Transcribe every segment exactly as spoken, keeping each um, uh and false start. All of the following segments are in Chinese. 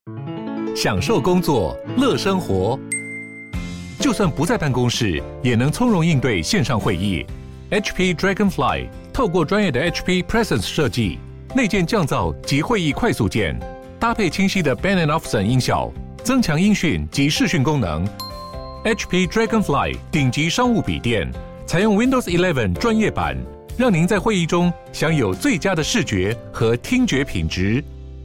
享受工作，乐生活。就算不在办公室，也能从容应对线上会议。H P Dragonfly 透过专业的 H P Presence 设计，内建降噪及会议快速键，搭配清晰的 Bang and Olufsen 音效，增强音讯及视讯功能。H P Dragonfly 顶级商务笔电，采用 Windows 十一专业版，让您在会议中享有最佳的视觉和听觉品质。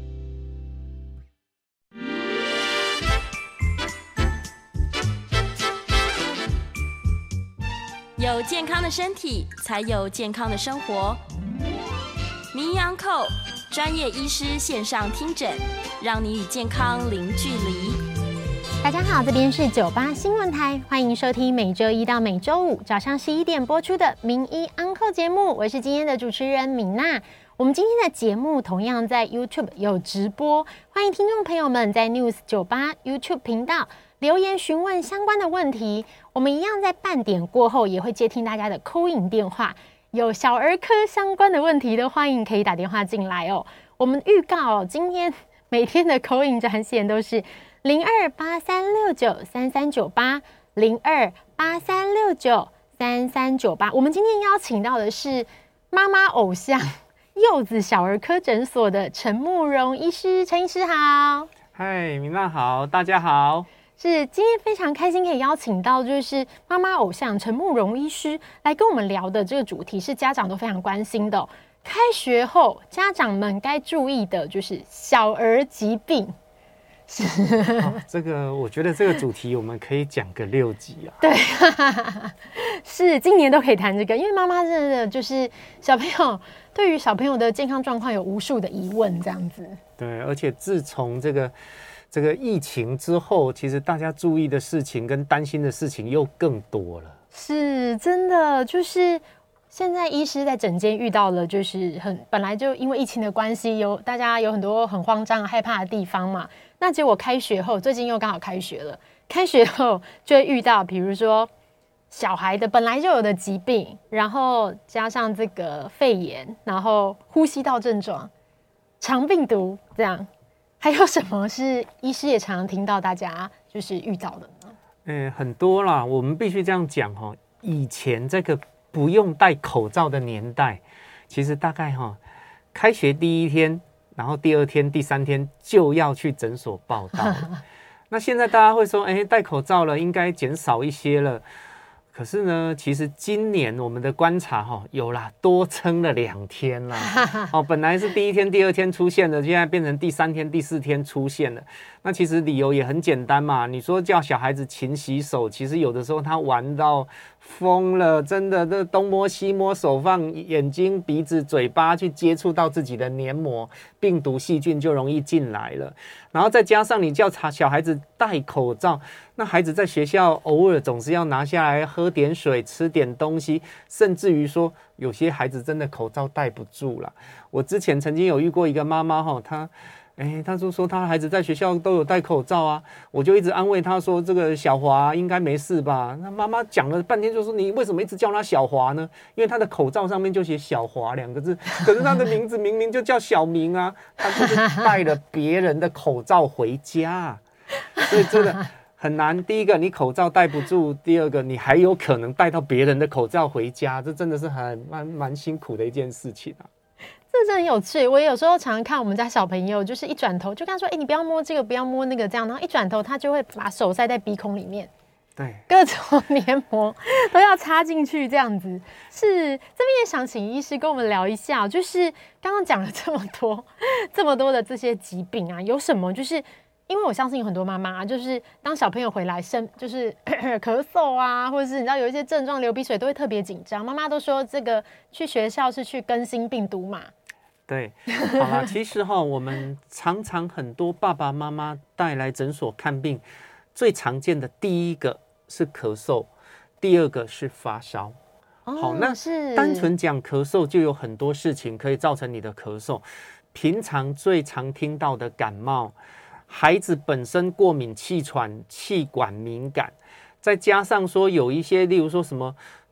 有健康的身体，才有健康的生活。名医安扣专业医师线上听诊，让你与健康零距离。 大家好，这边是九八新闻台，欢迎收听每周一到每周五早上十一点播出的名医安扣节目，我是今天的主持人米娜。我们今天的节目同样在 YouTube 有直播，欢迎听众朋友们在 News 九八 YouTube 频道留言询问相关的问题。我们一样在半点过后也会接听大家的 call in 电话，有小儿科相关的问题的，欢迎可以打电话进来哦。我们预告、哦、今天每天的 call in 专线都是零二八三六九三三九八 零二八三六九三三九八。我们今天邀请到的是妈妈偶像柚子小儿科诊所的陈慕容医师，陈医师好。 嗨，米娜好，大家好。 是今天非常开心可以邀请到就是妈妈偶像陈慕容医师来跟我们聊的这个主题是家长都非常关心的、哦、开学后家长们该注意的就是小儿疾病。是、 哦、这个我觉得这个主题我们可以讲个六集啊。 对，是今年都可以谈这个，因为妈妈真的就是小朋友对于小朋友的健康状况有无数的疑问这样子。 对，而且自从这个这个疫情之后，其实大家注意的事情跟担心的事情又更多了。是真的，就是现在医师在诊间遇到了，就是很本来就因为疫情的关系，有大家有很多很慌张、害怕的地方嘛。那结果开学后，最近又刚好开学了，开学后就会遇到，比如说小孩的本来就有的疾病，然后加上这个肺炎，然后呼吸道症状、肠病毒这样。还有什么是医师也常常听到大家就是遇到的呢？ 嗯，很多啦，我们必须这样讲哈。以前这个不用戴口罩的年代，其实大概哈，开学第一天，然后第二天、第三天就要去诊所报到了。那现在大家会说，哎，戴口罩了，应该减少一些了。可是呢，其实今年我们的观察哈、哦，有啦，多撑了两天啦。哦，本来是第一天、第二天出现的，现在变成第三天、第四天出现了。那其实理由也很简单嘛，你说叫小孩子勤洗手，其实有的时候他玩到疯了，真的，这东摸西摸，手放眼睛、鼻子、嘴巴去接触到自己的黏膜，病毒细菌就容易进来了。然后再加上你叫小孩子戴口罩，那孩子在学校偶尔总是要拿下来喝点水、吃点东西，甚至于说有些孩子真的口罩戴不住了。我之前曾经有遇过一个妈妈哈，她。哎，他就说他孩子在学校都有戴口罩啊，我就一直安慰他说这个小华应该没事吧。那妈妈讲了半天就说你为什么一直叫他小华呢？因为他的口罩上面就写小华两个字，可是他的名字明明就叫小明啊，他就是戴了别人的口罩回家，所以真的很难。第一个你口罩戴不住，第二个你还有可能戴到别人的口罩回家，这真的是很蛮蛮辛苦的一件事情啊。 这真的很有趣，我有时候常常看我们家小朋友，就是一转头就跟他说：“哎、欸，你不要摸这个，不要摸那个，这样。”然后一转头，他就会把手塞在鼻孔里面， 对， 各种黏膜都要插进去，这样子。是这边也想请医师跟我们聊一下，就是刚刚讲了这么多、这么多的这些疾病啊，有什么？就是因为我相信有很多妈妈、啊，就是当小朋友回来生，就是咳嗽啊，或者是你知道有一些症状流鼻水，都会特别紧张。妈妈都说这个去学校是去更新病毒嘛。 对，好啦，其实哈，我们常常很多爸爸妈妈带来诊所看病，最常见的第一个是咳嗽，第二个是发烧。 哦、 好，那单纯讲咳嗽就有很多事情可以造成你的咳嗽。平常最常听到的感冒，孩子本身过敏、气喘、气管敏感，再加上说有一些，例如说什么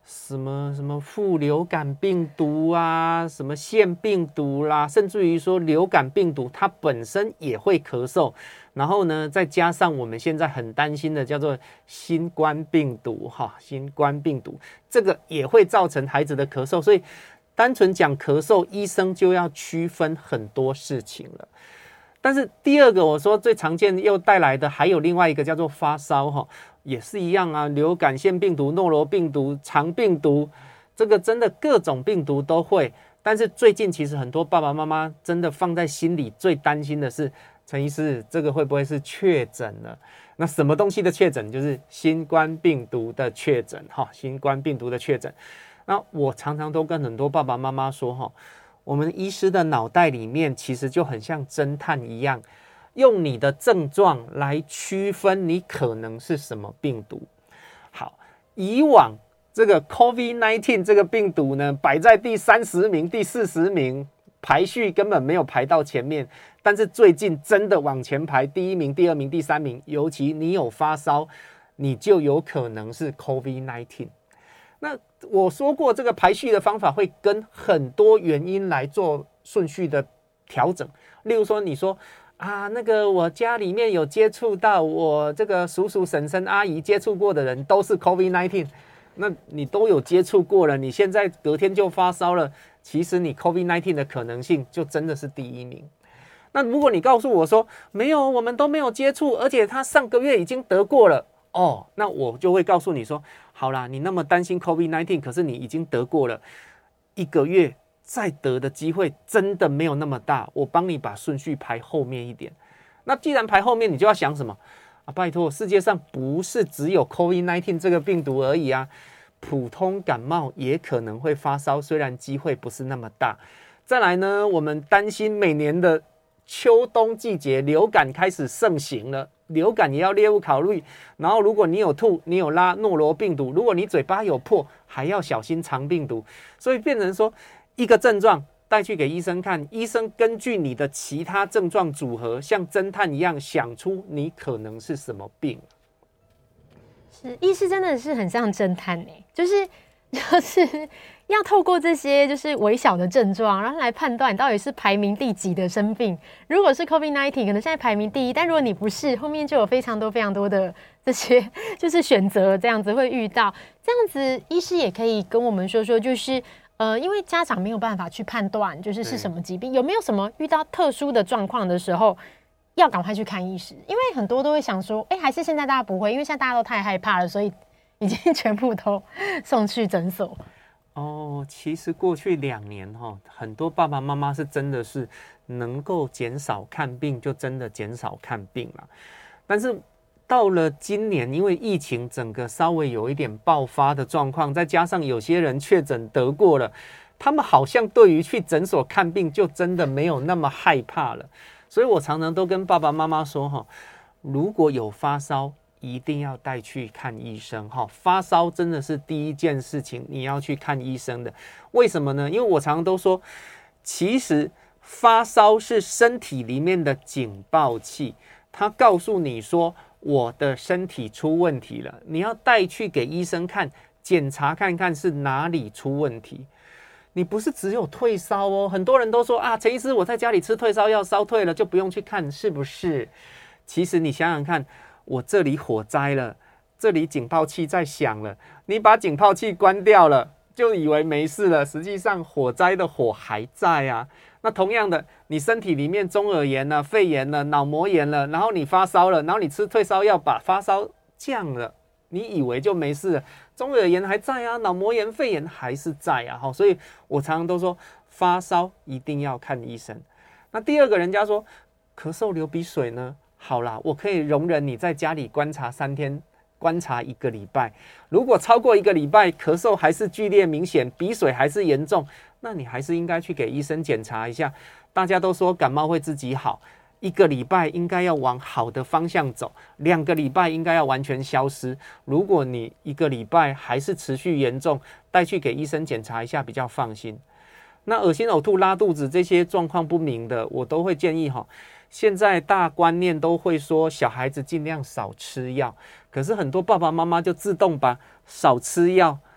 什么什么副流感病毒啊，什么腺病毒啦，甚至于说流感病毒它本身也会咳嗽，然后呢再加上我们现在很担心的叫做新冠病毒哈，新冠病毒这个也会造成孩子的咳嗽，所以单纯讲咳嗽，医生就要区分很多事情了。但是第二个我说最常见又带来的还有另外一个叫做发烧哈，也是一样啊，流感、腺病毒、诺罗病毒、肠病毒，这个真的各种病毒都会。但是最近其实很多爸爸妈妈真的放在心里最担心的是，陈医师这个会不会是确诊了？那什么东西的确诊？就是新冠病毒的确诊哈，新冠病毒的确诊。那我常常都跟很多爸爸妈妈说哈，我们医师的脑袋里面其实就很像侦探一样，用你的症状来区分你可能是什么病毒。好，以往这个 COVID 十九 这个病毒呢，摆在第三十名、第四十名，排序根本没有排到前面。但是最近真的往前排，第一名、第二名、第三名，尤其你有发烧，你就有可能是 COVID 十九。那我说过，这个排序的方法会跟很多原因来做顺序的调整。例如说，你说啊，那个我家里面有接触到我这个叔叔、婶婶、阿姨接触过的人都是 COVID 十九， 那你都有接触过了，你现在隔天就发烧了，其实你 COVID 十九 的可能性就真的是第一名。那如果你告诉我说没有，我们都没有接触，而且他上个月已经得过了，哦，那我就会告诉你说，好啦，你那么担心 COVID 十九， 可是你已经得过了，一个月再得的机会真的没有那么大，我帮你把顺序排后面一点。那既然排后面，你就要想什么啊？拜托，世界上不是只有 COVID 十九 这个病毒而已啊，普通感冒也可能会发烧，虽然机会不是那么大。再来呢，我们担心每年的秋冬季节流感开始盛行了，流感也要列入考虑。然后如果你有吐，你有拉诺罗病毒，如果你嘴巴有破，还要小心肠病毒。所以变成说，一个症状带去给医生看，医生根据你的其他症状组合，像侦探一样想出你可能是什么病。 是，医师真的是很像侦探哎、欸，就是就是要透过这些就是微小的症状，然后来判断你到底是排名第几的生病。如果是 COVID 十九 可能现在排名第一，但如果你不是，后面就有非常多非常多的这些就是选择，这样子会遇到。这样子，医师也可以跟我们说说，就是呃，因为家长没有办法去判断就是是什么疾病，有没有什么遇到特殊的状况的时候，要赶快去看医师？因为很多都会想说，哎、欸，还是现在大家不会，因为现在大家都太害怕了，所以已经全部都送去诊所。 哦，其实过去两年哈，很多爸爸妈妈是真的是能够减少看病，就真的减少看病了。但是到了今年，因为疫情整个稍微有一点爆发的状况，再加上有些人确诊得过了，他们好像对于去诊所看病就真的没有那么害怕了。所以我常常都跟爸爸妈妈说哈，如果有发烧，一定要带去看医生哈，发烧真的是第一件事情你要去看医生的。为什么呢？因为我常常都说，其实发烧是身体里面的警报器，它告诉你说我的身体出问题了，你要带去给医生看，检查看看是哪里出问题。你不是只有退烧哦，很多人都说啊，陈医师我在家里吃退烧药，烧退了就不用去看，是不是？其实你想想看，我这里火灾了，这里警报器在响了，你把警报器关掉了，就以为没事了，实际上火灾的火还在啊。那同样的，你身体里面中耳炎了、肺炎了、脑膜炎了，然后你发烧了，然后你吃退烧药把发烧降了，你以为就没事了，中耳炎还在啊，脑膜炎、肺炎还是在啊。所以我常常都说，发烧一定要看医生。那第二个，人家说咳嗽流鼻水呢，好啦，我可以容忍你在家里观察三天，观察一个礼拜。如果超过一个礼拜，咳嗽还是剧烈明显，鼻水还是严重，那你还是应该去给医生检查一下。大家都说感冒会自己好，一个礼拜应该要往好的方向走，两个礼拜应该要完全消失。如果你一个礼拜还是持续严重，带去给医生检查一下比较放心。那恶心、呕吐、拉肚子这些状况不明的，我都会建议哈。现在大观念都会说小孩子尽量少吃药，可是很多爸爸妈妈就自动把少吃药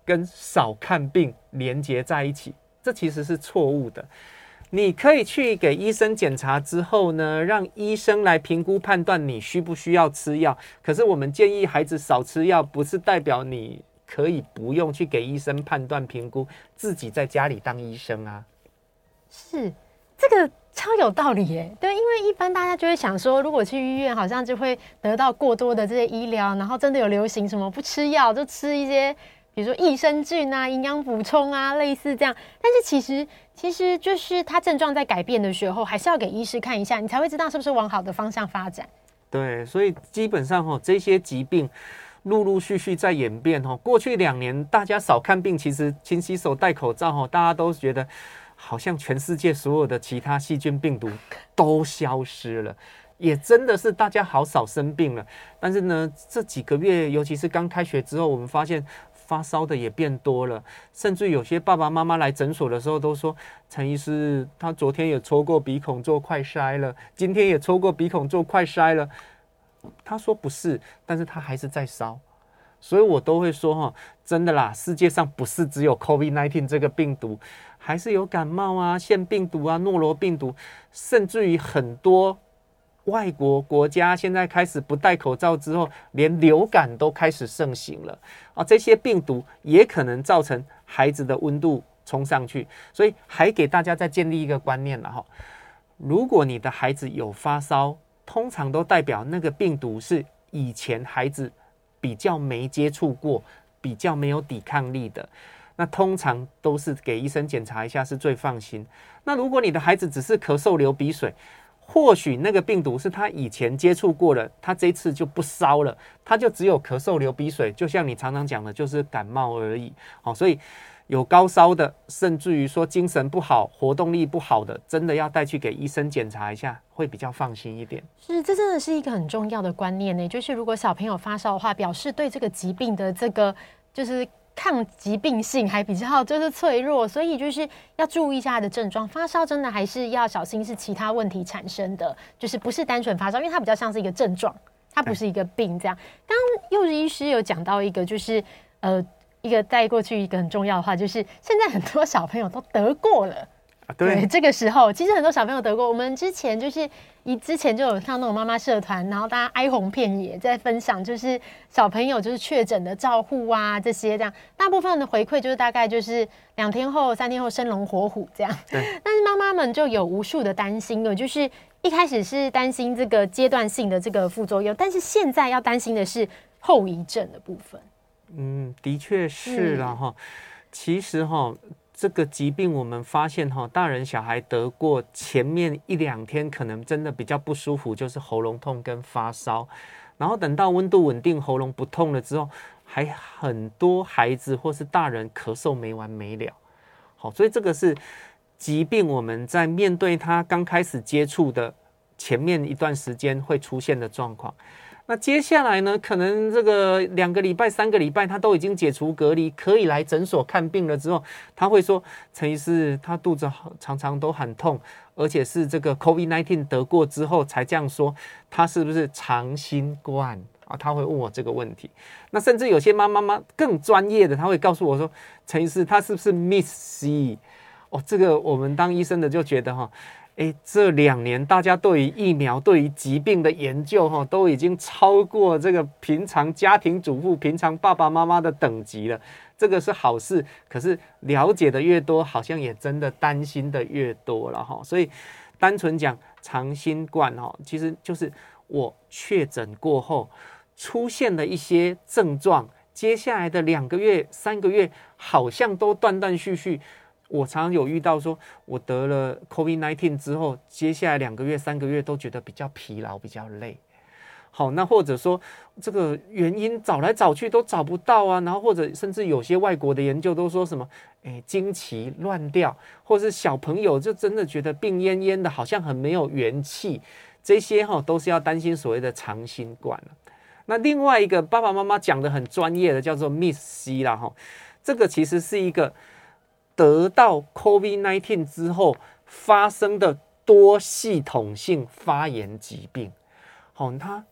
跟少看病连结在一起，这其实是错误的。你可以去给医生检查之后呢，让医生来评估判断你需不需要吃药。可是我们建议孩子少吃药，不是代表你可以不用去给医生判断评估，自己在家里当医生啊。 是，这个超有道理耶。对，因为一般大家就会想说，如果去医院，好像就会得到过多的这些医疗，然后真的有流行什么不吃药就吃一些，比如说益生菌啊、营养补充啊，类似这样。但是其实，其实就是他症状在改变的时候，还是要给医师看一下，你才会知道是不是往好的方向发展。 对，所以基本上哈，这些疾病陆陆续续在演变哈。过去两年大家少看病，其实勤洗手、戴口罩哈，大家都觉得好像全世界所有的其他细菌病毒都消失了。也真的是大家好少生病了，但是呢，这几个月，尤其是刚开学之后，我们发现发烧的也变多了，甚至有些爸爸妈妈来诊所的时候都说，陈医师他昨天也抽过鼻孔做快筛了，今天也抽过鼻孔做快筛了，他说不是，但是他还是在烧。所以我都会说哈，真的啦，世界上不是只有 COVID 十九 这个病毒，还是有感冒啊、腺病毒啊、诺罗病毒，甚至于很多外国国家现在开始不戴口罩之后，连流感都开始盛行了啊！这些病毒也可能造成孩子的温度冲上去，所以还给大家再建立一个观念了哈。如果你的孩子有发烧，通常都代表那个病毒是以前孩子比较没接触过、比较没有抵抗力的。那通常都是给医生检查一下是最放心。那如果你的孩子只是咳嗽、流鼻水，或许那个病毒是他以前接触过了，他这次就不烧了，他就只有咳嗽、流鼻水，就像你常常讲的，就是感冒而已。好，所以有高烧的，甚至于说精神不好、活动力不好的，真的要带去给医生检查一下，会比较放心一点。 是，这真的是一个很重要的观念呢。就是如果小朋友发烧的话，表示对这个疾病的这个就是抗疾病性还比较就是脆弱，所以就是要注意一下它的症状。发烧真的还是要小心是其他问题产生的，就是不是单纯发烧，因为它比较像是一个症状，它不是一个病这样。刚刚幼儿医师有讲到一个就是呃一个带过去一个很重要的话，就是现在很多小朋友都得过了。对, 对，这个时候其实很多小朋友得过。我们之前就是一之前就有看到那种妈妈社团，然后大家哀鸿遍野在分享，就是小朋友就是确诊的照护啊这些这样。大部分的回馈就是大概就是两天后、三天后生龙活虎这样。对。但是妈妈们就有无数的担心了，就是一开始是担心这个阶段性的这个副作用，但是现在要担心的是后遗症的部分。 嗯，的确是啦哈。其实哈。这个疾病我们发现哈，大人小孩得过，前面一两天可能真的比较不舒服，就是喉咙痛跟发烧，然后等到温度稳定，喉咙不痛了之后，还很多孩子或是大人咳嗽没完没了。好，所以这个是疾病我们在面对它刚开始接触的前面一段时间会出现的状况。那接下来呢，可能这个两个礼拜、三个礼拜，他都已经解除隔离，可以来诊所看病了之后，他会说：“陈医师，他肚子常常都很痛，而且是这个 COVID 十九 得过之后才这样说，他是不是长新冠啊？”他会问我这个问题。那甚至有些妈妈妈更专业的，他会告诉我说：“陈医师，他是不是 Miss C？” 哦，这个我们当医生的就觉得哈。哎，这两年大家对于疫苗、对于疾病的研究，哈，都已经超过这个平常家庭主妇、平常爸爸妈妈的等级了。这个是好事，可是了解的越多，好像也真的担心的越多了哈。所以，单纯讲长新冠哈，其实就是我确诊过后出现的一些症状，接下来的两个月、三个月好像都断断续续。我常常有遇到说，我得了 COVID 十九 之后，接下来两个月、三个月都觉得比较疲劳、比较累。好，那或者说这个原因找来找去都找不到啊，然后或者甚至有些外国的研究都说什么，哎，经期乱掉，或是小朋友就真的觉得病恹恹的，好像很没有元气，这些哈都是要担心所谓的长新冠了。那另外一个爸爸妈妈讲的很专业的叫做 Miss C 啦哈，这个其实是一个。得到 COVID 十九 之后发生的多系统性发炎疾病，好，它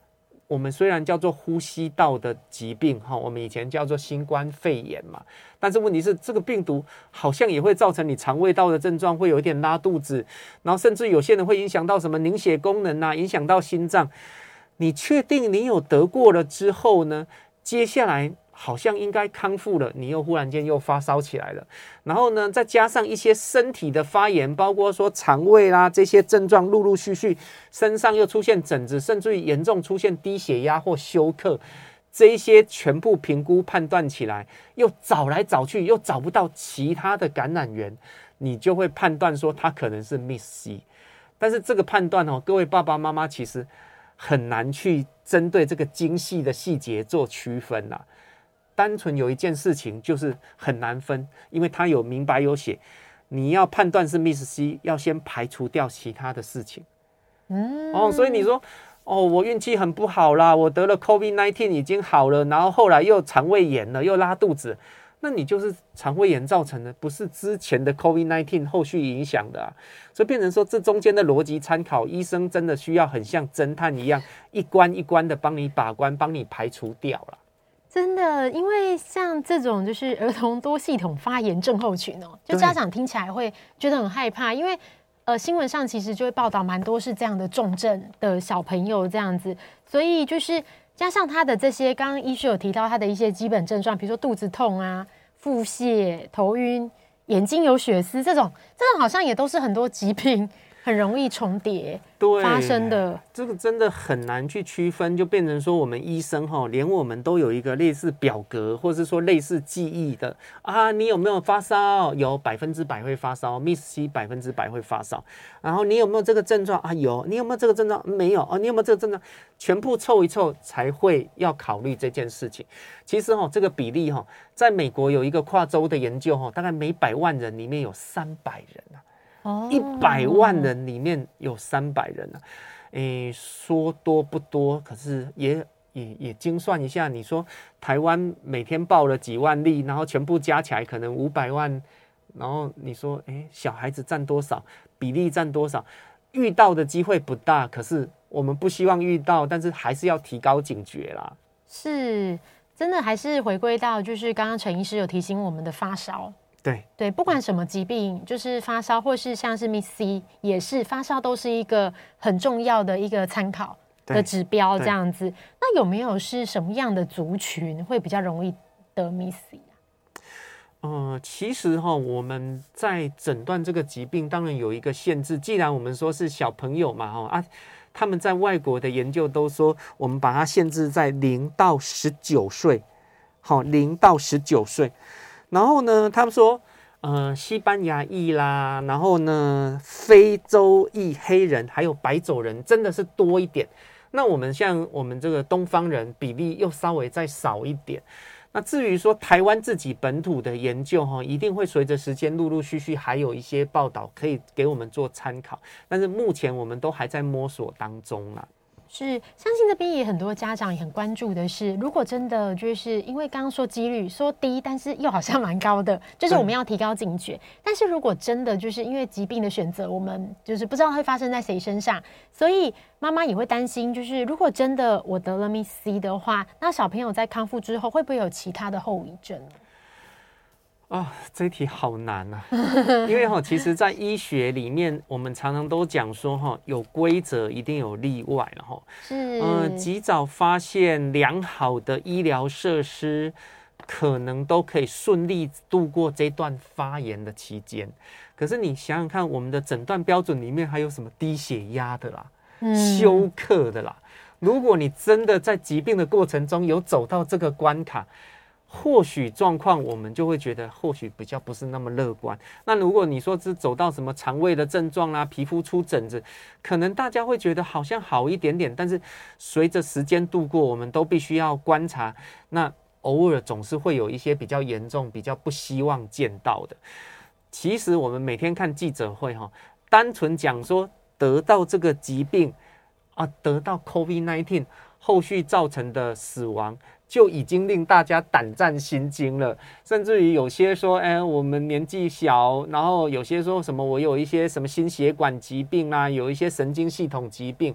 我们虽然叫做呼吸道的疾病哈，我们以前叫做新冠肺炎嘛，但是问题是这个病毒好像也会造成你肠胃道的症状，会有一点拉肚子，然后甚至有些人会影响到什么凝血功能啊，影响到心脏。你确定你有得过了之后呢，接下来好像应该康复了，你又忽然间又发烧起来了，然后呢，再加上一些身体的发炎，包括说肠胃啦这些症状，陆陆续续身上又出现疹子，甚至于严重出现低血压或休克，这一些全部评估判断起来，又找来找去又找不到其他的感染源，你就会判断说它可能是 Miss C。 但是这个判断哦，各位爸爸妈妈其实很难去针对这个精细的细节做区分啦。单纯有一件事情就是很难分，因为它有明白有写，你要判断是 Miss C， 要先排除掉其他的事情。嗯，哦，所以你说，哦，我运气很不好啦，我得了 COVID 十九 已经好了，然后后来又肠胃炎了，又拉肚子，那你就是肠胃炎造成的，不是之前的 COVID 十九 后续影响的啊。所以变成说，这中间的逻辑参考，医生真的需要很像侦探一样，一关一关的帮你把关，帮你排除掉了。 真的，因为像这种就是儿童多系统发炎症候群哦，就家长听起来会觉得很害怕，因为呃新闻上其实就会报道蛮多是这样的重症的小朋友这样子，所以就是加上他的这些，刚刚医师有提到他的一些基本症状，比如说肚子痛啊、腹泻、头晕、眼睛有血丝，这种这种好像也都是很多疾病很容易重叠发生的， 这个真的很难去区分，就变成说我们医生哈，连我们都有一个类似表格，或是说类似记忆的啊，你有没有发烧？有，百分之百会发烧 ，Miss C 百分之百会发烧。然后你有没有这个症状啊？有，你有没有这个症状？没有哦，你有没有这个症状？全部凑一凑才会要考虑这件事情。其实哈，这个比例哈，在美国有一个跨州的研究哈，大概每百万人里面有三百人啊。一百万人里面有三百人啊，诶，说多不多，可是也也也精算一下，你说台湾每天报了几万例，然后全部加起来可能五百万，然后你说，诶，小孩子占多少，比例占多少？遇到的机会不大，可是我们不希望遇到，但是还是要提高警觉啦。 是，真的还是回归到就是刚刚陈医师有提醒我们的发烧。 对对，不管什么疾病，就是发烧，或是像是 Miss C 也是发烧，都是一个很重要的一个参考的指标，这样子。那有没有是什么样的族群会比较容易得 Miss C 啊？ 呃，其实哈，我们在诊断这个疾病，当然有一个限制。既然我们说是小朋友嘛，哈啊，他们在外国的研究都说，我们把它限制在零到十九岁，好，零到十九岁。然后呢，他们说，呃，西班牙裔啦，然后呢，非洲裔黑人还有白种人真的是多一点。那我们像我们这个东方人比例又稍微再少一点。那至于说台湾自己本土的研究哈，一定会随着时间陆陆续续还有一些报道可以给我们做参考。但是目前我们都还在摸索当中啦。 是，相信这边也很多家长也很关注的是，如果真的就是因为刚刚说几率说低，但是又好像蛮高的，就是我们要提高警觉。但是如果真的就是因为疾病的选择，我们就是不知道会发生在谁身上，所以妈妈也会担心，就是如果真的我得了 Miss C 的话，那小朋友在康复之后会不会有其他的后遗症？ 啊、哦，这一题好难啊！因为哈，其实，在医学里面，我们常常都讲说哈，有规则一定有例外了哈。 是， 呃，及早发现，良好的医疗设施，可能都可以顺利度过这段发炎的期间。可是你想想看，我们的诊断标准里面还有什么低血压的啦、嗯、休克的啦？如果你真的在疾病的过程中有走到这个关卡，或许状况我们就会觉得或许比较不是那么乐观。那如果你说是走到什么肠胃的症状啦、皮肤出疹子，可能大家会觉得好像好一点点，但是随着时间度过，我们都必须要观察，那偶尔总是会有一些比较严重、比较不希望见到的。其实我们每天看记者会哈，单纯讲说得到这个疾病啊，得到 COVID 十九 后续造成的死亡，就已经令大家胆战心惊了。甚至于有些说，哎，我们年纪小，然后有些说什么我有一些什么心血管疾病啊，有一些神经系统疾病，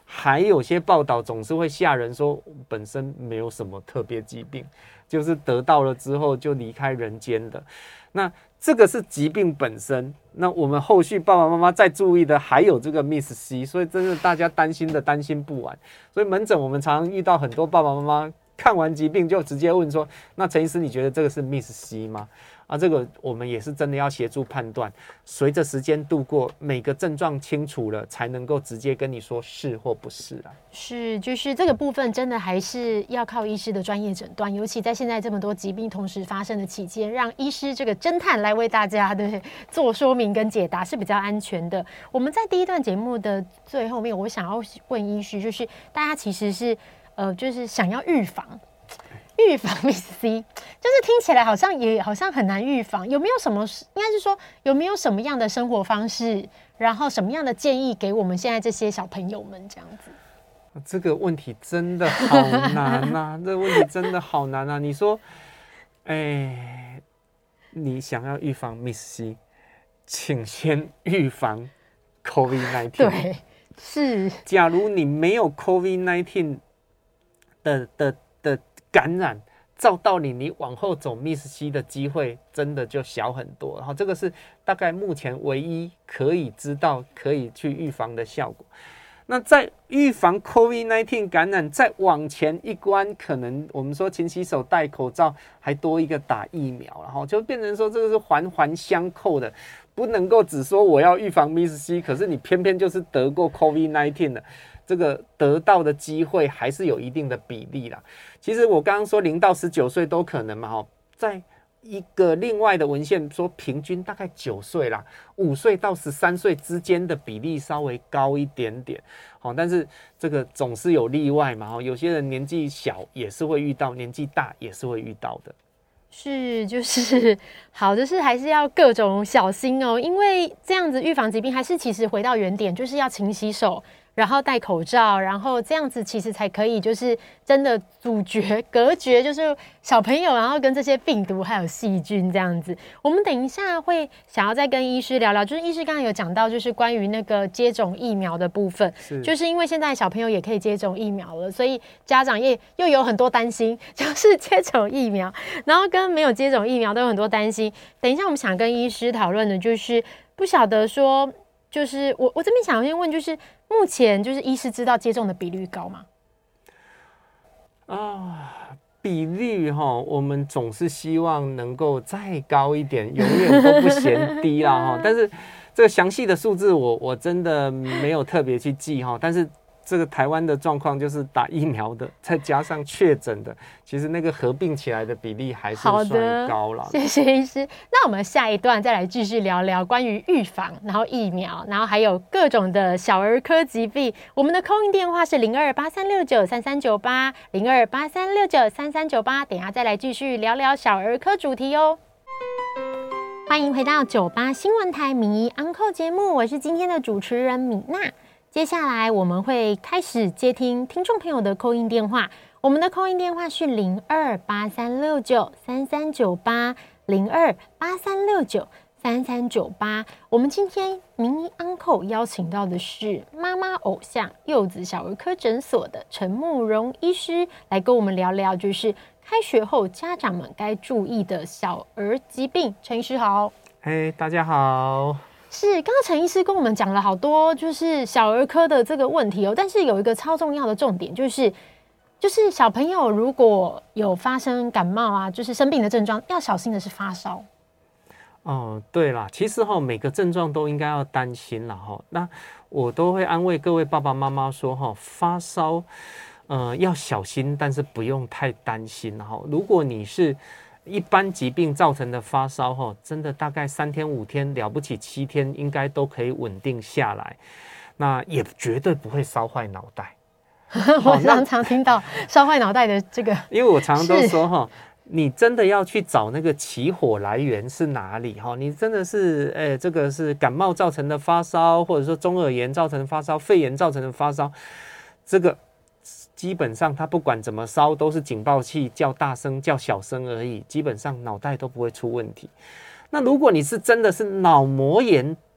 还有些报道总是会吓人说本身没有什么特别疾病，就是得到了之后就离开人间的。那这个是疾病本身，那我们后续爸爸妈妈再注意的还有这个 Miss C， 所以真的大家担心的担心不完。所以门诊我们常常遇到很多爸爸妈妈看完疾病就直接问说，那陈医师你觉得这个是 Miss C 吗？啊，这个我们也是真的要协助判断，随着时间度过，每个症状清楚了，才能够直接跟你说是或不是啊。 是，就是这个部分真的还是要靠医师的专业诊断，尤其在现在这么多疾病同时发生的期间，让医师这个侦探来为大家对做说明跟解答是比较安全的。我们在第一段节目的最后面，我想要问医师，就是大家其实是呃，就是想要预防。预防 Miss C， 就是听起来好像也好像很难预防，有没有什么应该是说有没有什么样的生活方式，然后什么样的建议给我们现在这些小朋友们这样子？ 这个问题真的好难啊！这个问题真的好难啊！你说，哎，你想要预防 Miss C， 请先预防 COVID 十九。 对，是。 假如你没有 COVID 十九 的的的感染，照道理你往后走 Miss C 的机会真的就小很多。然后这个是大概目前唯一可以知道可以去预防的效果。那在预防 COVID 十九 感染再往前一关，可能我们说勤洗手、戴口罩，还多一个打疫苗，然后就变成说这个是环环相扣的，不能够只说我要预防 Miss C， 可是你偏偏就是得过 COVID 十九 的。这个得到的机会还是有一定的比例啦。其实我刚刚说零到十九岁都可能嘛，在一个另外的文献说平均大概九岁啦，五岁到十三岁之间的比例稍微高一点点。好，但是这个总是有例外嘛，有些人年纪小也是会遇到，年纪大也是会遇到的。 是，就是好的是还是要各种小心哦，因为这样子预防疾病还是其实回到原点，就是要勤洗手。然后戴口罩，然后这样子其实才可以，就是真的阻绝、隔绝，就是小朋友，然后跟这些病毒还有细菌这样子。我们等一下会想要再跟医师聊聊，就是医师刚刚有讲到，就是关于那个接种疫苗的部分，是就是因为现在小朋友也可以接种疫苗了，所以家长也又有很多担心，就是接种疫苗，然后跟没有接种疫苗都有很多担心。等一下我们想跟医师讨论的就是，不晓得说。就是我我这边想先问，就是目前就是医师知道接种的比率高吗？ 啊，比率哈，我们总是希望能够再高一点，永远都不嫌低啦哈。但是这个详细的数字我我真的没有特别去记哈，但是。这个台湾的状况就是打疫苗的，再加上确诊的，其实那个合并起来的比例还是算高了。 谢谢医师。那我们下一段再来继续聊聊关于预防，然后疫苗，然后还有各种的小儿科疾病。我们的 call in 电话是零二八三六九三三九八零二八三六九三三九八，等一下再来继续聊聊小儿科主题哦。欢迎回到九八新闻台名医 Uncle 节目，我是今天的主持人米娜。接下来我们会开始接听听众朋友的 call in 电话，我们的 call in 电话是零二八三六九三三九八零二八三六九三三九八。我们今天名医 Uncle 邀请到的是妈妈偶像柚子小儿科诊所的陈慕容医师，来跟我们聊聊就是开学后家长们该注意的小儿疾病。陈医师好。 嘿、hey, 大家好。 是，刚刚陈医师跟我们讲了好多，就是小儿科的这个问题哦。但是有一个超重要的重点，就是就是小朋友如果有发生感冒啊，就是生病的症状，要小心的是发烧。 哦，对啦，其实哈，每个症状都应该要担心啦哈。那我都会安慰各位爸爸妈妈说哈，发烧呃要小心，但是不用太担心哈。如果你是一般疾病造成的发烧哈，真的大概三天五天，了不起七天，应该都可以稳定下来。那也绝对不会烧坏脑袋。 我常常听到烧坏脑袋的这个， 因为我常常都说哈，你真的要去找那个起火来源是哪里哈？你真的是哎、欸，这个是感冒造成的发烧，或者说中耳炎造成的发烧，肺炎造成的发烧，这个。基本上他不管怎么烧都是警报器叫大声叫小声而已，基本上脑袋都不会出问题。那如果你是真的是脑膜炎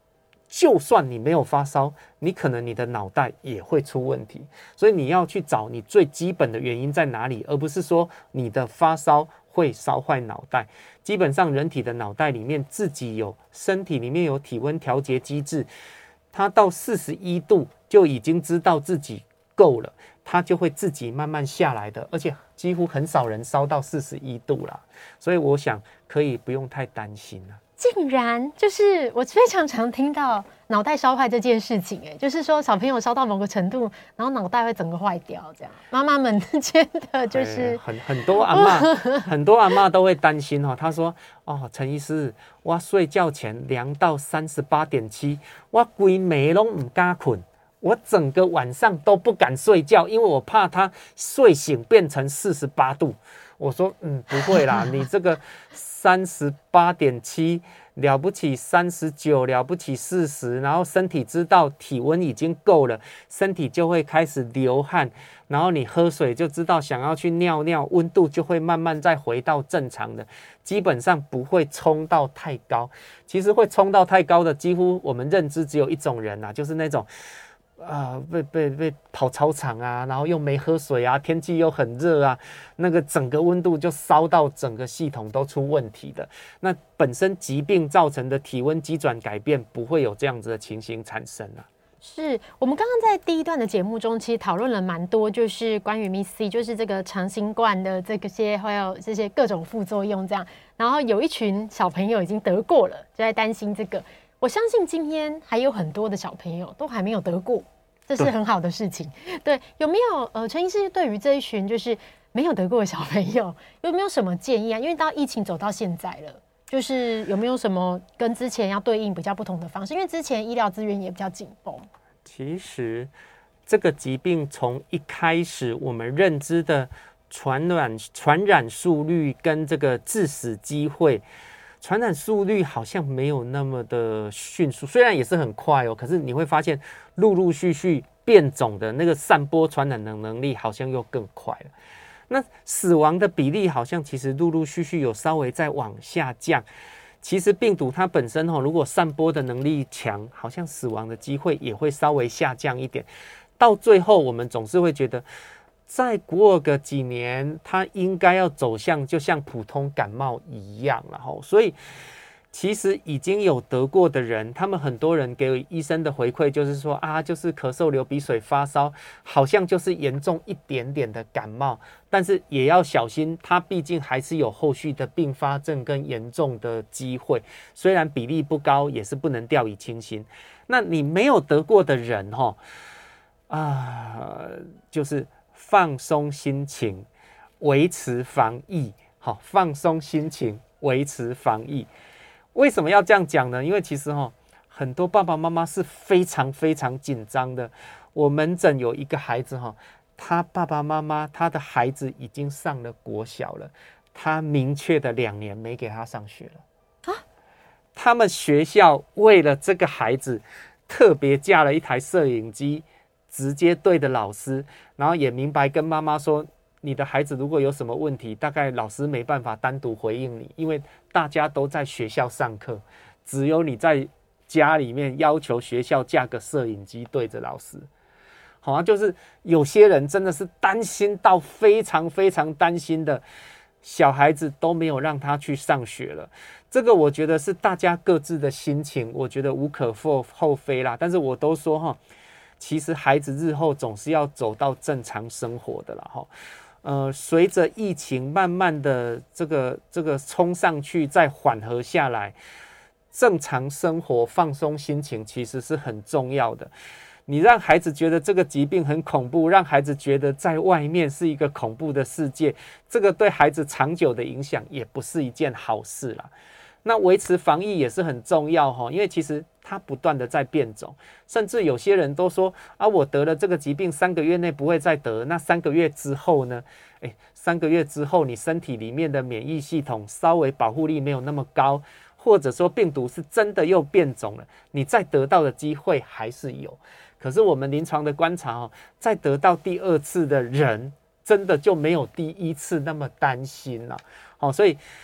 就算你没有发烧，你可能你的脑袋也会出问题，所以你要去找你最基本的原因在哪里，而不是说你的发烧会烧坏脑袋。基本上人体的脑袋里面自己有身体里面有体温调节机制，它到四十一度就已经知道自己够了，它就会自己慢慢下来的，而且几乎很少人烧到四十一度啦，所以我想可以不用太担心了。 竟然就是我非常常听到脑袋烧坏这件事情，哎，就是说小朋友烧到某个程度，然后脑袋会整个坏掉，这样妈妈们觉得就是、 欸、很很多阿嬷很多阿嬷都会担心哦。她说：“哦，陈医师，我睡觉前量到三十八点七，我规暝拢唔敢困，我整个晚上都不敢睡觉，因为我怕他睡醒变成四十八度。”我说：“嗯，不会啦，你这个三十八点七了不起，三十九了不起，四十，然后身体知道体温已经够了，身体就会开始流汗，然后你喝水就知道想要去尿尿，温度就会慢慢再回到正常的，基本上不会冲到太高。其实会冲到太高的，几乎我们认知只有一种人啊，就是那种。”啊，被被被跑操场啊，然后又没喝水啊，天气又很热啊，那个整个温度就烧到整个系统都出问题的。那本身疾病造成的体温机转改变不会有这样子的情形产生啊。 是我们刚刚在第一段的节目中，其实讨论了蛮多，就是关于 M I S C， 就是这个长新冠的这些，还有这些各种副作用这样。然后有一群小朋友已经得过了，就在担心这个。我相信今天还有很多的小朋友都还没有得过，这是很好的事情。对，有没有呃，陈医师对于这一群就是没有得过的小朋友，有没有什么建议啊？因为到疫情走到现在了，就是有没有什么跟之前要对应比较不同的方式？因为之前医疗资源也比较紧绷。 其实这个疾病从一开始我们认知的传染传染速率跟这个致死机会。传染速率好像没有那么的迅速，虽然也是很快哦，可是你会发现陆陆续续变种的那个散播传染的能力好像又更快了。那死亡的比例好像其实陆陆续续有稍微在往下降。其实病毒它本身哦，如果散播的能力强，好像死亡的机会也会稍微下降一点。到最后，我们总是会觉得。再过个几年，它应该要走向就像普通感冒一样，然后，所以其实已经有得过的人，他们很多人给医生的回馈就是说啊，就是咳嗽、流鼻水、发烧，好像就是严重一点点的感冒，但是也要小心，它毕竟还是有后续的并发症跟严重的机会，虽然比例不高，也是不能掉以轻心。那你没有得过的人，哈啊，就是。放松心情，维持防疫。好，放松心情，维持防疫。为什么要这样讲呢？因为其实哈，很多爸爸妈妈是非常非常紧张的。我门诊有一个孩子哈，他爸爸妈妈他的孩子已经上了国小了，他明确的两年没给他上学了。啊？他们学校为了这个孩子，特别架了一台摄影机。直接对着老师，然后也明白跟妈妈说，你的孩子如果有什么问题，大概老师没办法单独回应你，因为大家都在学校上课，只有你在家里面要求学校架个摄影机对着老师。好像就是有些人真的是担心到非常非常担心的，小孩子都没有让他去上学了。这个我觉得是大家各自的心情，我觉得无可厚非啦。但是我都说哈。其实孩子日后总是要走到正常生活的啦哈，呃，随着疫情慢慢的这个这个冲上去，再缓和下来，正常生活、放松心情其实是很重要的。你让孩子觉得这个疾病很恐怖，让孩子觉得在外面是一个恐怖的世界，这个对孩子长久的影响也不是一件好事啦。那维持防疫也是很重要哈，因为其实它不断的在变种，甚至有些人都说啊，我得了这个疾病三个月内不会再得，那三个月之后呢？诶，三个月之后你身体里面的免疫系统稍微保护力没有那么高，或者说病毒是真的又变种了，你再得到的机会还是有。可是我们临床的观察哦，再得到第二次的人，真的就没有第一次那么担心了。好，所以。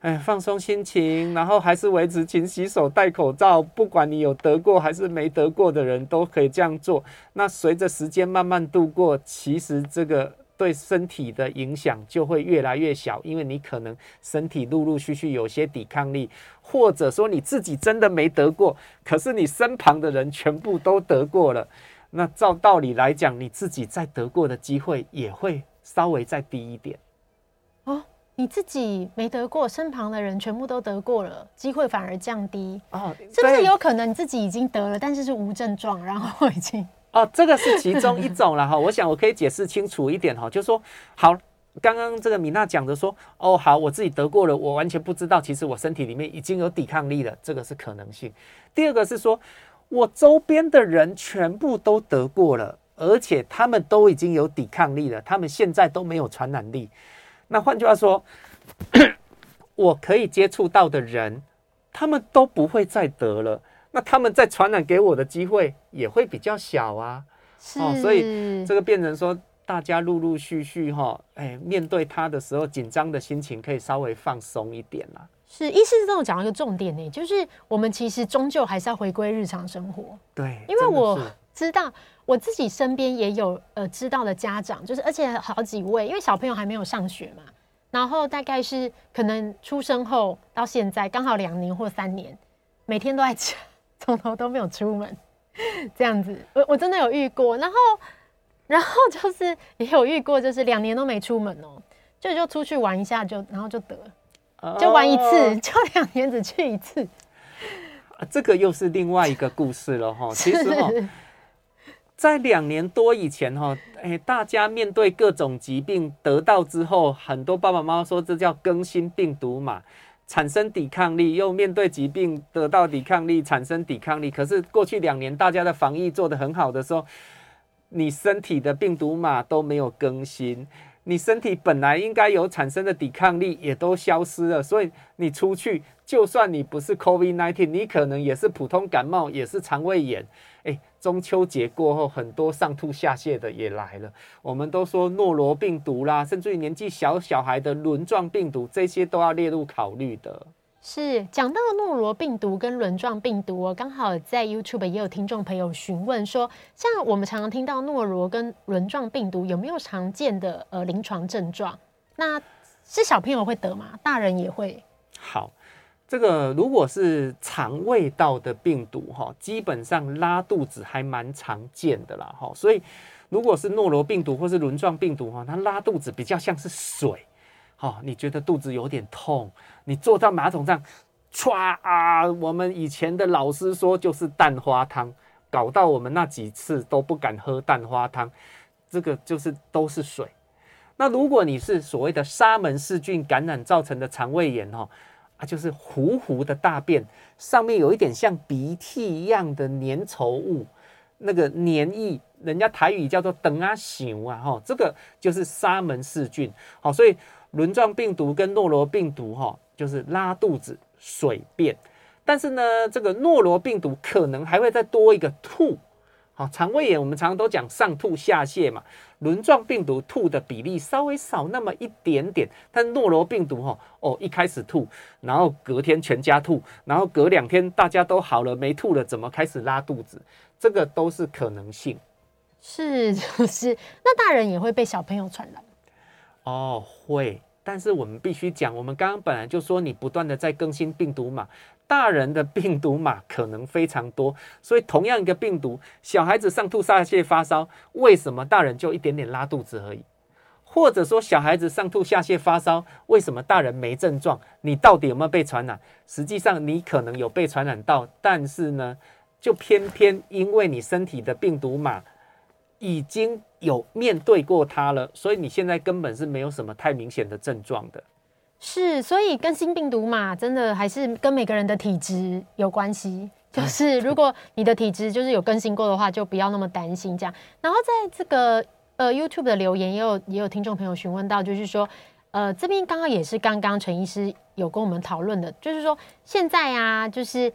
哎，放松心情，然后还是维持勤洗手、戴口罩。不管你有得过还是没得过的人，都可以这样做。那随着时间慢慢度过，其实这个对身体的影响就会越来越小，因为你可能身体陆陆续续有些抵抗力，或者说你自己真的没得过，可是你身旁的人全部都得过了。那照道理来讲，你自己再得过的机会也会稍微再低一点。 哦，你自己没得过，身旁的人全部都得过了，机会反而降低。哦，是不是有可能你自己已经得了，但是是无症状，然后已经？ 哦，这个是其中一种了哈。我想我可以解释清楚一点哈，就是说，好，刚刚这个米娜讲的说，哦，好，我自己得过了，我完全不知道，其实我身体里面已经有抵抗力了，这个是可能性。第二个是说，我周边的人全部都得过了，而且他们都已经有抵抗力了，他们现在都没有传染力。那换句话说，我可以接触到的人，他们都不会再得了。那他们再传染给我的机会也会比较小啊， 是， 哦，所以这个变成说，大家陆陆续续哈、哦，哎，面对他的时候，紧张的心情可以稍微放松一点啦。 是，医师跟我讲一个重点呢，就是我们其实终究还是要回归日常生活。 对， 因为我知道我自己身边也有呃知道的家长，就是而且好几位，因为小朋友还没有上学嘛，然后大概是可能出生后到现在刚好两年或三年，每天都在家。从头都没有出门，这样子，我我真的有遇过，然后，然后就是也有遇过，就是两年都没出门哦，就就出去玩一下就，然后就得，就玩一次，哦、就两年只去一次， 啊，这个又是另外一个故事了哈。其实哈，在两年多以前哈，哎，大家面对各种疾病得到之后，很多爸爸妈妈说这叫更新病毒嘛。产生抵抗力，又面对疾病得到抵抗力，产生抵抗力。可是过去两年大家的防疫做得很好的时候，你身体的病毒码都没有更新，你身体本来应该有产生的抵抗力也都消失了，所以你出去，就算你不是 COVID 十九， 你可能也是普通感冒，也是肠胃炎。哎，中秋节过后，很多上吐下泻的也来了。我们都说诺罗病毒啦，甚至于年纪小小孩的轮状病毒，这些都要列入考虑的。 是，讲到诺罗病毒跟轮状病毒，我刚好在 YouTube 也有听众朋友询问说，像我们常常听到诺罗跟轮状病毒有没有常见的呃临床症状？那是小朋友会得吗？大人也会？ 好。这个如果是肠胃道的病毒哈，基本上拉肚子还蛮常见的啦哈，所以如果是诺罗病毒或是轮状病毒哈，它拉肚子比较像是水，哈，你觉得肚子有点痛，你坐到马桶上，唰啊，我们以前的老师说就是蛋花汤，搞到我们那几次都不敢喝蛋花汤，这个就是都是水。那如果你是所谓的沙门氏菌感染造成的肠胃炎哈。啊，就是糊糊的大便，上面有一点像鼻涕一样的粘稠物，那个黏液，人家台语叫做等啊熊啊，哈，这个就是沙门氏菌。好，所以轮状病毒跟诺罗病毒哈，就是拉肚子、水便，但是呢，这个诺罗病毒可能还会再多一个吐。好，肠胃炎我们常常都讲上吐下泻嘛，轮状病毒吐的比例稍微少那么一点点，但诺罗病毒哦哦一开始吐，然后隔天全家吐，然后隔两天大家都好了没吐了，怎么开始拉肚子？这个都是可能性。 是，就是那大人也会被小朋友传染？ 哦，会，但是我们必须讲，我们刚刚本来就说你不断的在更新病毒码。大人的病毒码可能非常多，所以同样一个病毒，小孩子上吐下泻发烧，为什么大人就一点点拉肚子而已？或者说小孩子上吐下泻发烧，为什么大人没症状？你到底有没有被传染？实际上你可能有被传染到，但是呢，就偏偏因为你身体的病毒码已经有面对过它了，所以你现在根本是没有什么太明显的症状的。 是，所以更新病毒嘛，真的还是跟每个人的体质有关系。就是如果你的体质就是有更新过的话，就不要那么担心这样。然后在这个呃 YouTube 的留言也有也有听众朋友询问到，就是说呃这边刚刚也是刚刚陈医师有跟我们讨论的，就是说现在啊，就是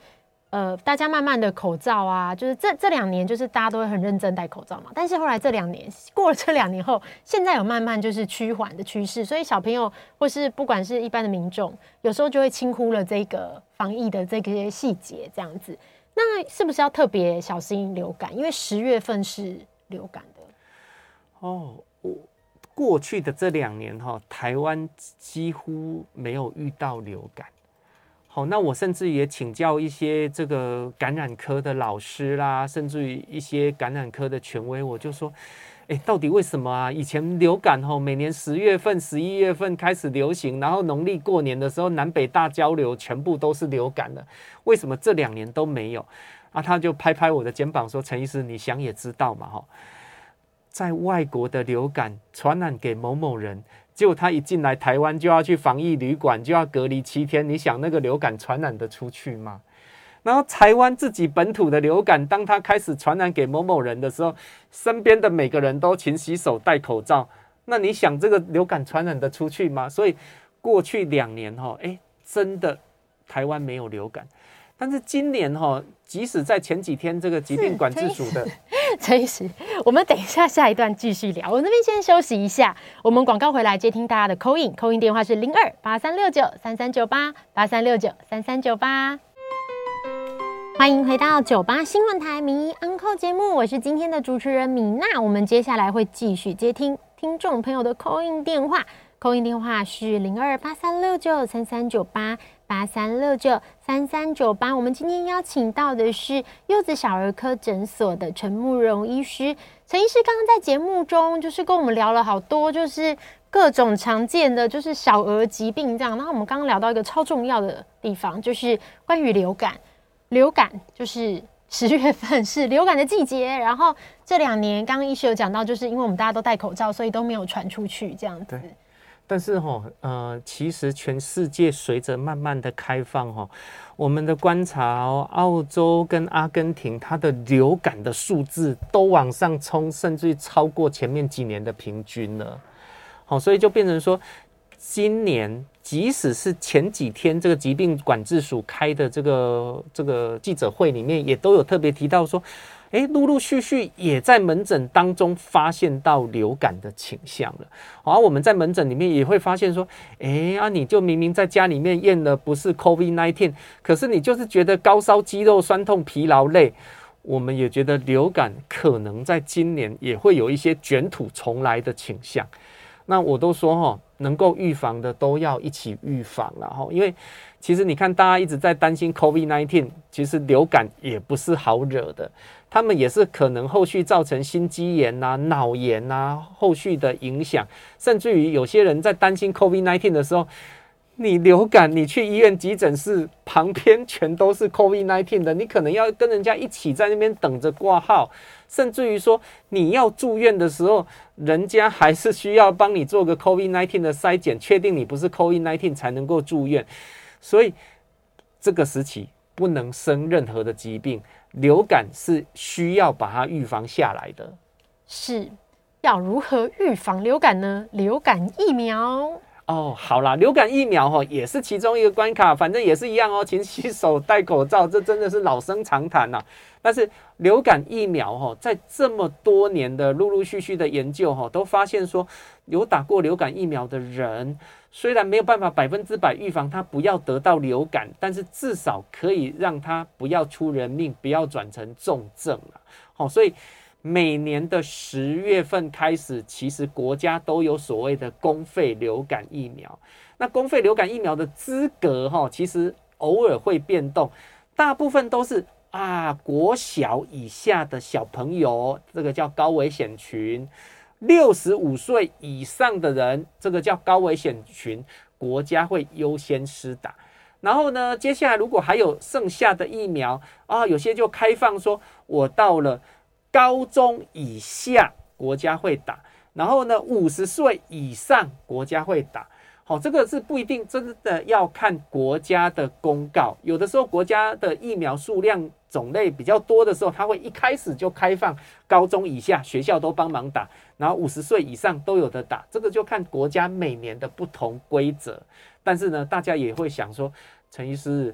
呃，大家慢慢的口罩啊，就是这这两年，就是大家都会很认真戴口罩嘛。但是后来这两年过了这两年后，现在有慢慢就是趋缓的趋势，所以小朋友或是不管是一般的民众，有时候就会轻忽了这个防疫的这些细节，这样子。那是不是要特别小心流感？因为十月份是流感的。 哦，我过去的这两年哈，台湾几乎没有遇到流感。好，那我甚至也请教一些这个感染科的老师啦，甚至于一些感染科的权威，我就说，哎，到底为什么啊？以前流感吼，每年十月份、十一月份开始流行，然后农历过年的时候，南北大交流全部都是流感了，为什么这两年都没有？啊，他就拍拍我的肩膀说：“陈医师，你想也知道嘛，哈，在外国的流感传染给某某人。”结果他一进来台湾就要去防疫旅馆，就要隔离七天。你想那个流感传染得出去吗？然后台湾自己本土的流感，当他开始传染给某某人的时候，身边的每个人都勤洗手、戴口罩。那你想这个流感传染得出去吗？所以过去两年哈，哎，真的台湾没有流感。但是今年哈，即使在前几天这个疾病管制署的陈医师，我们等一下下一段继续聊。我这边先休息一下，我们广告回来接听大家的 call in，call in 电话是零二八三六九三三九八八三六九三三九八。欢迎回到九八新闻台名医 Uncle 节目，我是今天的主持人米娜。我们接下来会继续接听听众朋友的 call in 电话。call in 电话是零二八三六九三三九八八三六九三三九八。我们今天邀请到的是柚子小儿科诊所的陈慕容医师。陈医师刚刚在节目中就是跟我们聊了好多，就是各种常见的就是小儿疾病这样。然后我们刚刚聊到一个超重要的地方，就是关于流感。流感就是十月份是流感的季节，然后这两年刚刚医师有讲到，就是因为我们大家都戴口罩，所以都没有传出去这样子。 对，但是哈，呃，其实全世界随着慢慢的开放哈，我们的观察哦，澳洲跟阿根廷它的流感的数字都往上冲，甚至于超过前面几年的平均了。好，所以就变成说，今年即使是前几天这个疾病管制署开的这个这个记者会里面，也都有特别提到说，哎，陆陆续续也在门诊当中发现到流感的倾向了。而、啊、我们在门诊里面也会发现说，哎啊，你就明明在家里面验的不是 COVID 十九， 可是你就是觉得高烧、肌肉酸痛、疲劳累。我们也觉得流感可能在今年也会有一些卷土重来的倾向。那我都说哈，能够预防的都要一起预防了哈，因为其实你看大家一直在担心 COVID 十九， 其实流感也不是好惹的，他们也是可能后续造成心肌炎啊、脑炎啊后续的影响，甚至于有些人在担心 COVID 十九 的时候，你流感你去医院急诊室旁边全都是 COVID 十九 的，你可能要跟人家一起在那边等着挂号，甚至于说你要住院的时候，人家还是需要帮你做个 COVID 十九 的筛检，确定你不是 COVID 十九 才能够住院。所以这个时期不能生任何的疾病，流感是需要把它预防下来的。 是要如何预防流感呢？流感疫苗哦，好啦，流感疫苗哦也是其中一个关卡，反正也是一样哦，勤洗手、戴口罩，这真的是老生常谈啦。但是流感疫苗哦，在这么多年的陆陆续续的研究哦，都发现说，有打过流感疫苗的人，虽然没有办法百分之百预防他不要得到流感，但是至少可以让他不要出人命，不要转成重症了。好，所以每年的十月份开始，其实国家都有所谓的公费流感疫苗。那公费流感疫苗的资格哈，其实偶尔会变动，大部分都是啊国小以下的小朋友，这个叫高危险群；六十五岁以上的人，这个叫高危险群，国家会优先施打。然后呢，接下来如果还有剩下的疫苗啊，有些就开放说，我到了高中以下国家会打，然后呢五十岁以上国家会打。好，这个是不一定，真的要看国家的公告。有的时候国家的疫苗数量种类比较多的时候，它会一开始就开放高中以下学校都帮忙打，然后五十岁以上都有的打。这个就看国家每年的不同规则。但是呢，大家也会想说，陈医师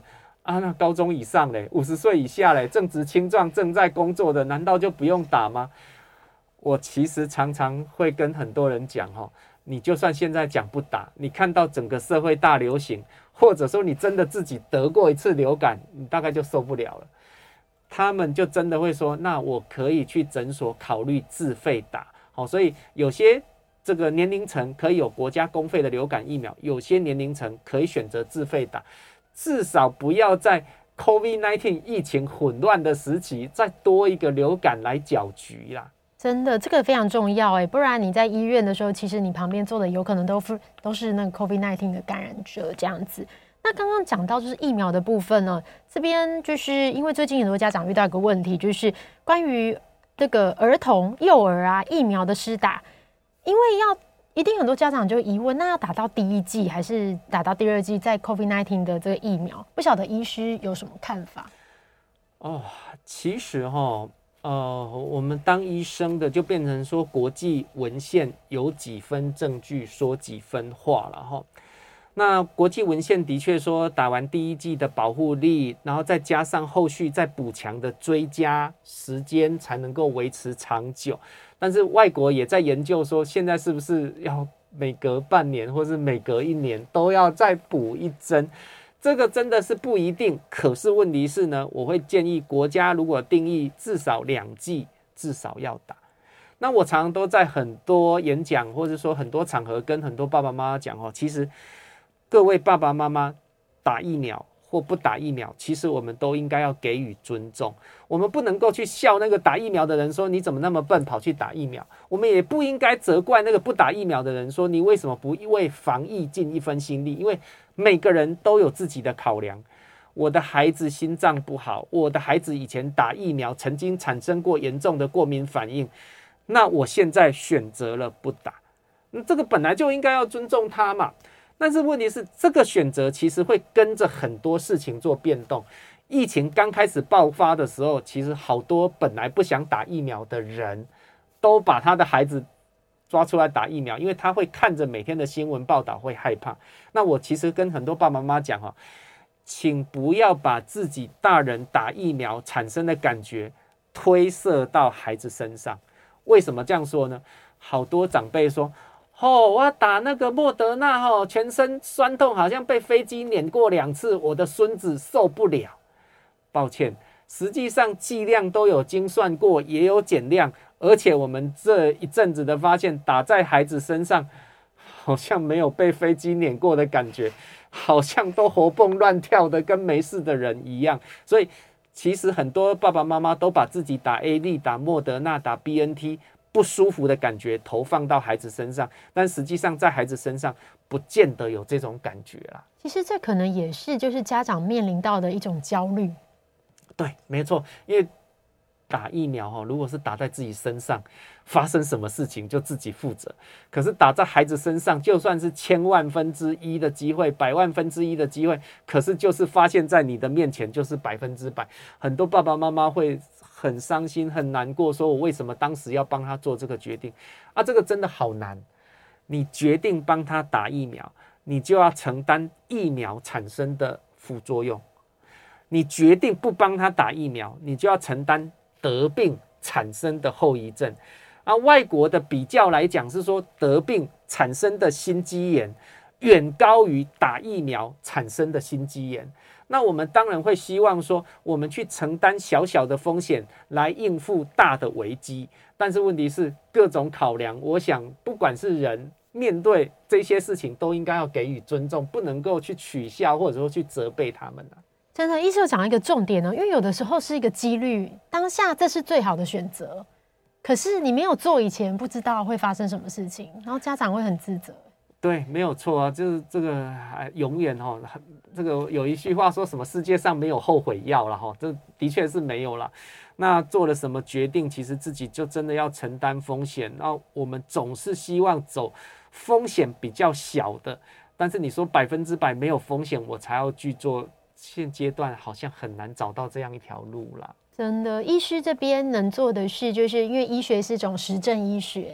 啊，那高中以上嘞，五十岁以下嘞，正值青壮正在工作的，难道就不用打吗？我其实常常会跟很多人讲哈，你就算现在讲不打，你看到整个社会大流行，或者说你真的自己得过一次流感，你大概就受不了了。他们就真的会说，那我可以去诊所考虑自费打。好，所以有些这个年龄层可以有国家公费的流感疫苗，有些年龄层可以选择自费打，至少不要在 COVID 十九 疫情混乱的时期再多一个流感来搅局啦。 真的，这个非常重要哎，不然你在医院的时候，其实你旁边坐的有可能都是都是那个 COVID 十九 的感染者这样子。那刚刚讲到就是疫苗的部分呢，这边就是因为最近很多家长遇到一个问题，就是关于这个儿童、幼儿啊疫苗的施打，因为要一定很多家长就疑问，那要打到第一剂还是打到第二剂，在 COVID 十九 的这个疫苗，不晓得医师有什么看法？ 哦，其实哈。呃，我们当医生的就变成说国际文献有几分证据说几分话了哈。那国际文献的确说打完第一剂的保护力，然后再加上后续再补强的追加时间才能够维持长久。但是外国也在研究说，现在是不是要每隔半年或是每隔一年都要再补一针？这个真的是不一定，可是问题是呢，我会建议国家如果定义至少两剂，至少要打。那我常常都在很多演讲或者说很多场合跟很多爸爸妈妈讲哦，其实各位爸爸妈妈打疫苗或不打疫苗，其实我们都应该要给予尊重。我们不能够去笑那个打疫苗的人说你怎么那么笨跑去打疫苗，我们也不应该责怪那个不打疫苗的人说你为什么不为防疫尽一分心力，因为每个人都有自己的考量。我的孩子心脏不好，我的孩子以前打疫苗曾经产生过严重的过敏反应，那我现在选择了不打，这个本来就应该要尊重他嘛。但是问题是，这个选择其实会跟着很多事情做变动。疫情刚开始爆发的时候，其实好多本来不想打疫苗的人都把他的孩子抓出来打疫苗，因为他会看着每天的新闻报道会害怕。那我其实跟很多爸爸妈妈讲哈，请不要把自己大人打疫苗产生的感觉推射到孩子身上。为什么这样说呢？好多长辈说，哦，我打那个莫德纳哦，全身酸痛，好像被飞机碾过两次，我的孙子受不了。抱歉，实际上剂量都有精算过，也有减量，而且我们这一阵子的发现，打在孩子身上好像没有被飞机碾过的感觉，好像都活蹦乱跳的，跟没事的人一样。所以其实很多爸爸妈妈都把自己打 A Z、打莫德纳、打 B N T 不舒服的感觉投放到孩子身上，但实际上在孩子身上不见得有这种感觉啦。 其实这可能也是就是家长面临到的一种焦虑。 对，没错，因为打疫苗如果是打在自己身上，发生什么事情就自己负责。可是打在孩子身上，就算是千万分之一的机会，百万分之一的机会，可是就是发现在你的面前就是百分之百。很多爸爸妈妈会很伤心很难过，说我为什么当时要帮他做这个决定啊？这个真的好难。你决定帮他打疫苗，你就要承担疫苗产生的副作用。你决定不帮他打疫苗，你就要承担得病产生的后遗症。啊，外国的比较来讲是说，得病产生的心肌炎远高于打疫苗产生的心肌炎。那我们当然会希望说，我们去承担小小的风险来应付大的危机。但是问题是各种考量，我想不管是人面对这些事情，都应该要给予尊重，不能够去取笑或者说去责备他们啊。 真的，医生有讲一个重点哦，因为有的时候是一个几率，当下这是最好的选择，可是你没有做以前，不知道会发生什么事情，然后家长会很自责。 对，没有错啊，就是这个永远哦，这个有一句话说什么世界上没有后悔药了哈，这的确是没有了。那做了什么决定，其实自己就真的要承担风险。那我们总是希望走风险比较小的，但是你说百分之百没有风险，我才要去做。现阶段好像很难找到这样一条路啦。 真的，医师这边能做的是，就是因为医学是一种实证医学，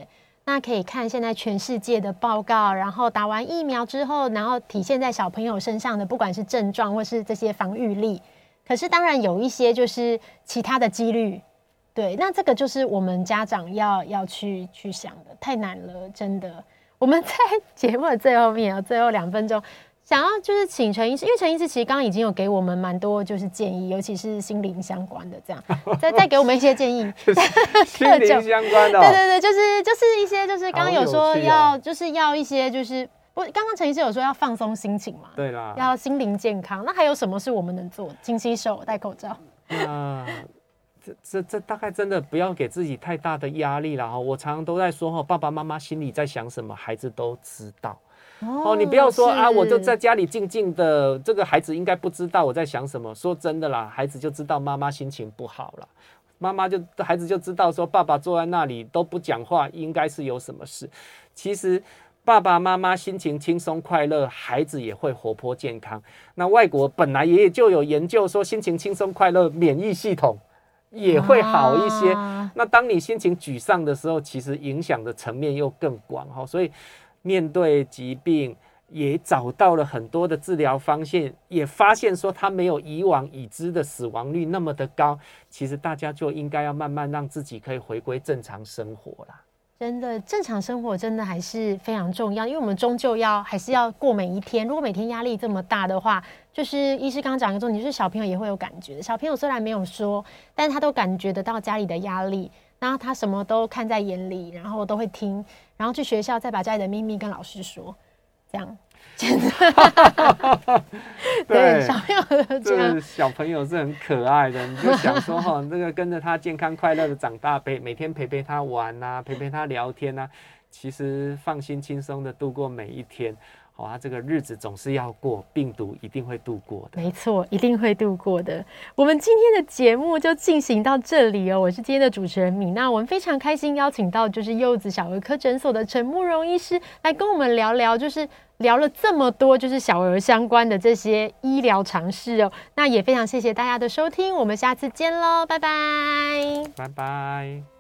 那可以看现在全世界的报告，然后打完疫苗之后，然后体现在小朋友身上的，不管是症状或是这些防御力。可是当然有一些就是其他的几率，对，那这个就是我们家长要要去去想的，太难了，真的。我们在节目的最后面，最后两分钟。想要就是请陈医师，因为陈医师其实刚刚已经有给我们蛮多就是建议，尤其是心灵相关的这样，再再给我们一些建议。 心灵相关的、哦， 对对对，就是就是一些就是刚刚有说要、哦、就是要一些就是我刚刚陈医师有说要放松心情嘛， 对啦， 要心灵健康。那还有什么是我们能做？勤洗手、戴口罩。 那这这这大概真的不要给自己太大的压力啦。我常常都在说哈，爸爸妈妈心里在想什么，孩子都知道。哦，你不要说啊，我就在家里静静的，这个孩子应该不知道我在想什么。说真的啦，孩子就知道妈妈心情不好了，妈妈就孩子就知道说爸爸坐在那里都不讲话，应该是有什么事。其实爸爸妈妈心情轻松快乐，孩子也会活泼健康。那外国本来也就有研究说，心情轻松快乐，免疫系统也会好一些。啊、那当你心情沮丧的时候，其实影响的层面又更广哈，所以。面对疾病，也找到了很多的治疗方向，也发现说它没有以往已知的死亡率那么的高。其实大家就应该要慢慢让自己可以回归正常生活啦。 真的，正常生活真的还是非常重要，因为我们终究要还是要过每一天。如果每天压力这么大的话，就是医师刚刚讲一个重点，就是小朋友也会有感觉的。小朋友虽然没有说，但是他都感觉得到家里的压力。然后他什么都看在眼里，然后都会听，然后去学校再把家里的秘密跟老师说，这样，真的，对，小朋友都这样。 小朋友是很可爱的，你就想说哈，这个跟着他健康快乐的长大，陪每天陪陪他玩啊，陪陪他聊天啊，其实放心轻松的度过每一天。好啊，这个日子总是要过，病毒一定会度过的。 没错，一定会度过的。我们今天的节目就进行到这里哦。我是今天的主持人米娜，我们非常开心邀请到就是柚子小儿科诊所的陈慕容医师来跟我们聊聊，就是聊了这么多就是小儿相关的这些医疗常识哦。那也非常谢谢大家的收听，我们下次见喽，拜拜， 拜拜。